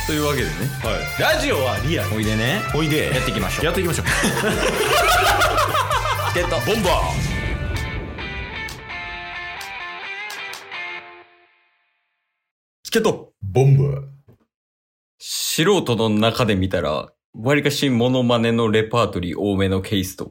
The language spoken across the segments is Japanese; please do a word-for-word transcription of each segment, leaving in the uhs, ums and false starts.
というわけでね、 はい、ラジオはリアル。 おいでね、 おいでやっていきましょう。 やっていきましょう。 チケットボンバー。 チケットボンバー。 素人の中で見たら、わりかしモノマネのレパートリー多めのケイスト。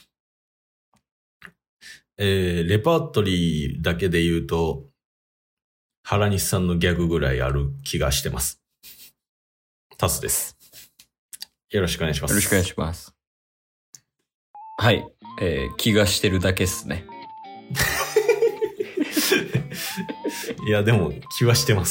えー、レパートリーだけで言うと、原西さんのギャグぐらいある気がしてます。タスです。よろしくお願いします。 よろしくお願いします。はい。えー、気がしてるだけっすね。 いや、でも気はしてます。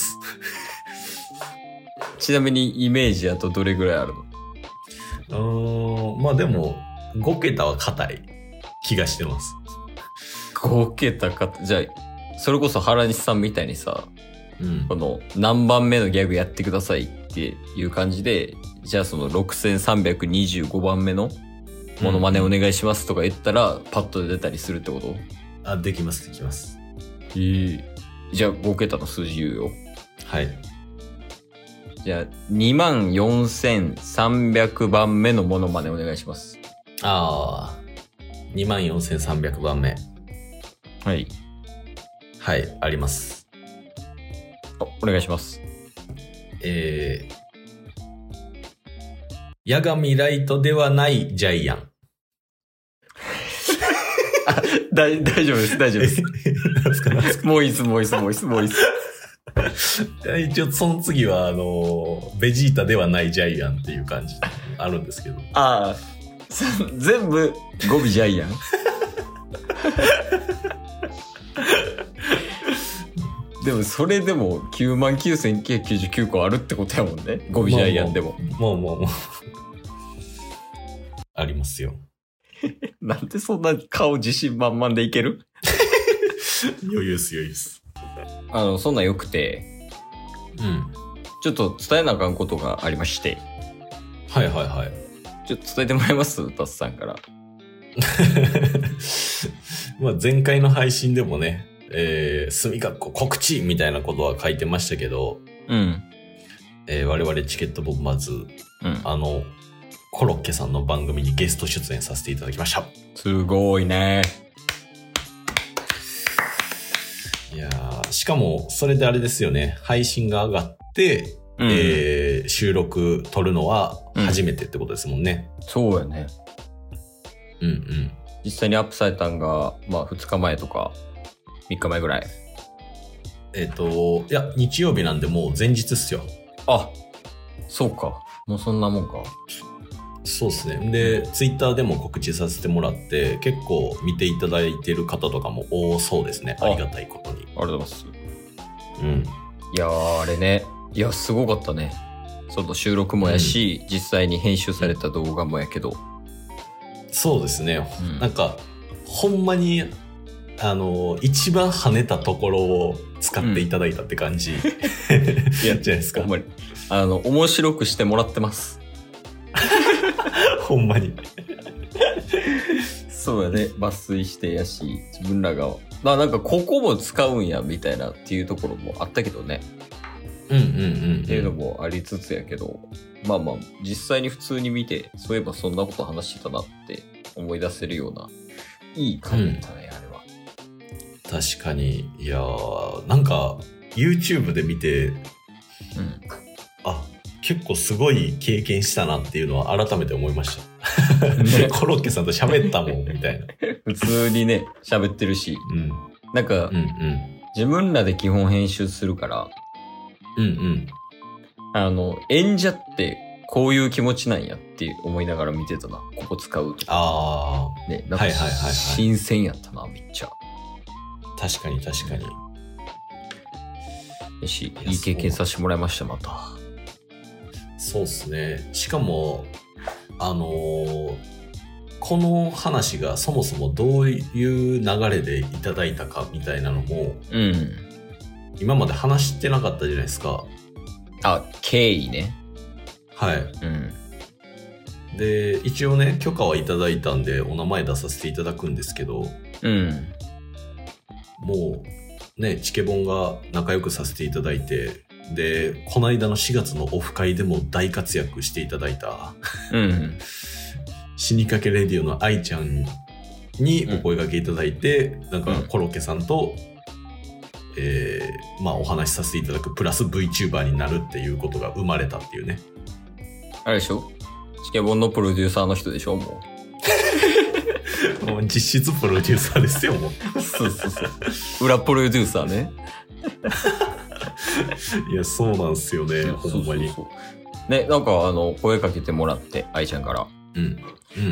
ちなみにイメージだとどれぐらいあるの？うーん、まあでもご桁は硬い気がしてます。 ご桁か。じゃあそれこそ原西さんみたいにさ、 うん、 この何番目のギャグやってくださいっていう感じで、じゃあそのろくせんさんびゃくにじゅうごばんめのモノマネお願いしますとか言ったら、パッと出たりするってこと？ あ、できますできます。 えー、じゃあご桁の数字言うよ。 はい。 じゃあにまんよんせんさんびゃくばんめのモノマネお願いします。 ああ、にまんよんせんさんびゃくばんめ。 はい。 はい、あります。 お願いします。 えー、八神ライトではないジャイアン。 あ、だ大丈夫です、大丈夫です。 なんすかなんすか。 もういいっす、もういいっす、もういいっす、もういいっす。 一応その次は、あの、ベジータではないジャイアンっていう感じあるんですけど。 ああ、全部語尾ジャイアン。でもそれでも きゅうまんきゅうせんきゅうひゃくきゅうじゅうきゅう 個あるってことやもんね。語尾ジャイアンでも。 もうもうもう。ありますよ。 なんでそんな顔自信満々でいける？ 余裕っす余裕っす。 あの、そんなんよくて。 うん。 ちょっと伝えなあかんことがありまして。 はいはいはい。 ちょっと伝えてもらえます？タスさんから。 まあ前回の配信でもね、えー、墨括弧告知みたいなことは書いてましたけど、 うん。 えー、我々チケットボンバーズ、うん、あの、コロッケさんの番組にゲスト出演させていただきました。 すごいね。 いやー、しかもそれであれですよね、配信が上がって、うん、えー、収録撮るのは初めてってことですもんね。 うん、そうやね。 うんうん。 実際にアップされたんが、まあふつかまえとかみっかまえぐらい。 えっと、いや、日曜日なんでもう前日っすよ。 あ、そうか。もうそんなもんか。 そうですね。で、ツイッターでも告知させてもらって、結構見ていただいてる方とかも多そうですね。ありがたいことに。 ありがとうございます。 うん。 いやー、あれね。いや、すごかったね。その収録もやし、うん、実際に編集された動画もやけど。 そうですね。うん、なんか、ほんまに、あの、一番跳ねたところを使っていただいたって感じ。うん、いや、じゃないですか。 ほんまに。あの、面白くしてもらってます。 ほんまに。 そうやね。抜粋してやし、自分らが、まあなんかここも使うんや、みたいなっていうところもあったけどね。 うんうんうん、うん。 っていうのもありつつやけど、まあまあ、実際に普通に見て、そういえばそんなこと話してたなって思い出せるような、いい回だったね、うん、あれは。 確かに。いやー、なんか、YouTube で見て、うん。あ、結構すごい経験したなっていうのは改めて思いました。ね、コロッケさんと喋ったもん、みたいな。 普通にね、喋ってるし。うん。なんか、うんうん、自分らで基本編集するから、 うんうん。 あの、演者ってこういう気持ちなんやって思いながら見てたな。ここ使うとか。 ああ。ね、なんか、はいはいはいはい、新鮮やったな、めっちゃ。 確かに確かに。 よし、いい経験させてもらいました、また。 そうっすね。しかも、あのー、この話がそもそもどういう流れでいただいたかみたいなのも、うん。今まで話してなかったじゃないですか。 あ、経緯ね。 はい。うん。で、一応ね、許可はいただいたんで、お名前出させていただくんですけど、うん。もう、ね、チケボンが仲良くさせていただいて、 で、この間のしがつのオフ会でも大活躍していただいた、 うん。 死にかけレディオの愛ちゃんにお声掛けいただいて、うん、なんかコロッケさんと、えー、まあお話しさせていただくプラス VTuber になるっていうことが生まれたっていうね。 あれでしょ？チケボンのプロデューサーの人でしょ？もう。もう実質プロデューサーですよ、もう。 そうそうそう。裏プロデューサーね。 いや、そうなんすよね、ほんまに。そうそうそう。 ね、なんかあの、声かけてもらって、愛ちゃんから。 うん。うんうん。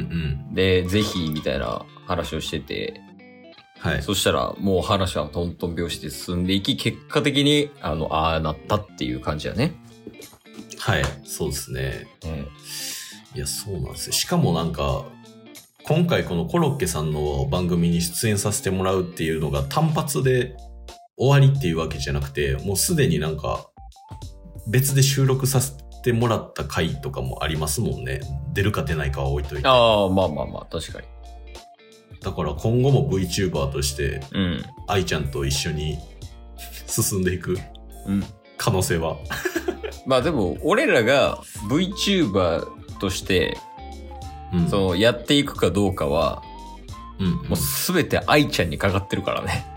で、ぜひ、みたいな話をしてて、 はい。 そしたら、もう話はトントン拍子で進んでいき、結果的に、あの、ああなったっていう感じやね。 はい、そうですね。 ね、 いや、そうなんですよ。しかもなんか、今回このコロッケさんの番組に出演させてもらうっていうのが単発で終わりっていうわけじゃなくて、もうすでになんか、別で収録させてもらった回とかもありますもんね。出るか出ないかは置いといて。 ああ、まあまあまあ、確かに。 だから今後も VTuber として、 うん、 愛ちゃんと一緒に進んでいく可能性は。 うん、まあでも、俺らが VTuber として、うん、そのやっていくかどうかは、うんうん、もうすべて愛ちゃんにかかってるからね。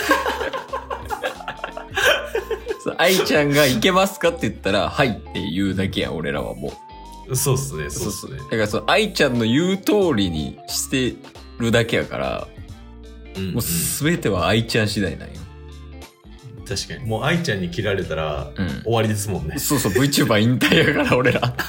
愛ちゃんがいけますかって言ったら、はいって言うだけやん、俺らはもう。そうっすね、そうっすね。 だからその愛ちゃんの言う通りにしてるだけやから、うんうん、もうすべては愛ちゃん次第なんよ。 確かに。もう愛ちゃんに切られたら、うん、終わりですもんね。 そうそう、VTuber 引退やから、俺ら。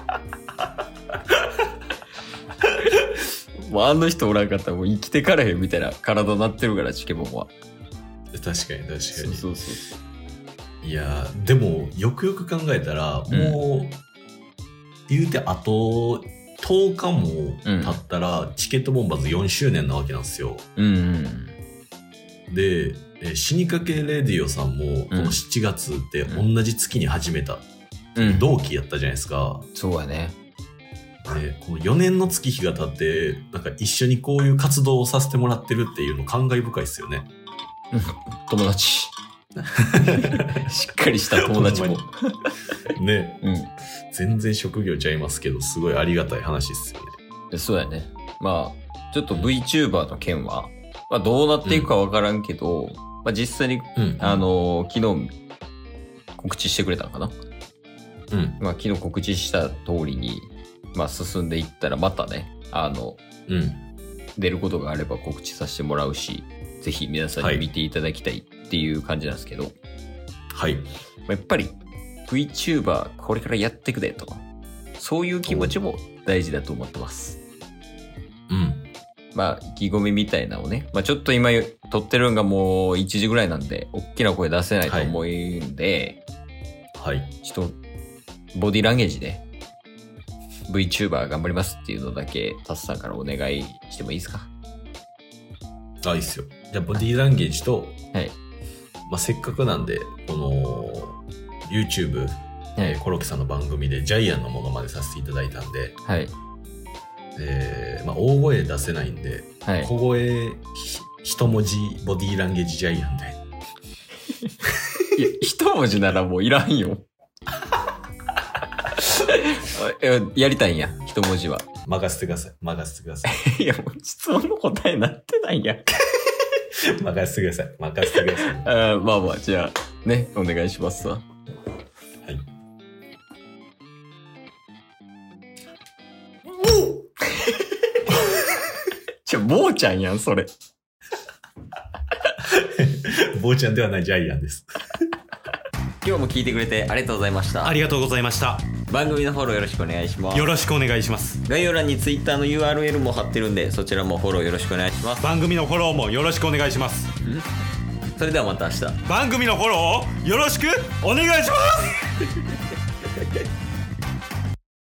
もうあの人おらんかったらもう生きてからへんみたいな体になってるから、チケボンは。 確かに確かに。 そうそうそうそう。 いやー、でもよくよく考えたら、うん、もう言うてあととおかも経ったら、うん、チケットボンバーズよんしゅうねんなわけなんですよ。 うんうん、 で、え死にかけレディオさんもこのしちがつって同じ月に始めた、うん、同期やったじゃないですか。 そうやね。 でこのよねんの月日が経ってなんか一緒にこういう活動をさせてもらってるっていうの感慨深いですよね。 友達。しっかりした友達も。 ね、 うん。 全然職業ちゃいますけど、すごいありがたい話ですよね。そうやね。まあ、ちょっと VTuber の件は、まあどうなっていくかわからんけど、うん、まあ実際に、うん、あのー、昨日告知してくれたのかな。 うん。 まあ昨日告知した通りに、まあ進んでいったらまたね、あの、 うん。 出ることがあれば告知させてもらうし、ぜひ皆さんに見ていただきたいっていう感じなんですけど。 はい。 やっぱり VTuber これからやっていくでと。そういう気持ちも大事だと思ってます。 うん。 まあ、意気込みみたいなのをね。まあちょっと今撮ってるんがもういちじぐらいなんで、大きな声出せないと思うんで、 はい。はい、 ちょっと、ボディランゲージで VTuber 頑張りますっていうのだけ、タスさんからお願いしてもいいですか？ あ、いいっすよ。じゃあ、ボディーランゲージと、 はい。 まあ、せっかくなんで、この、YouTube、はい、えー、コロッケさんの番組でジャイアンのものまでさせていただいたんで、 はい。 えー、まあ、大声出せないんで、 はい、 小声、一文字、ボディーランゲージジャイアンで。 いや、一文字ならもういらんよ。やりたいんや、一文字は。 任せてください。任せてください。いや、もう質問の答えなってないやん。 任せてください。任せてください。 あまあまあ、じゃあ、ね、お願いしますわ。はい。ちょ、坊ちゃんやん、それ。 坊ちゃんではないジャイアンです。 今日も聞いてくれてありがとうございました。 ありがとうございました。 番組のフォローよろしくお願いします。 よろしくお願いします。 概要欄に Twitter の ユーアールエル も貼ってるんで、そちらもフォローよろしくお願いします。 番組のフォローもよろしくお願いします。 それではまた明日。 番組のフォローをよろしくお願いします。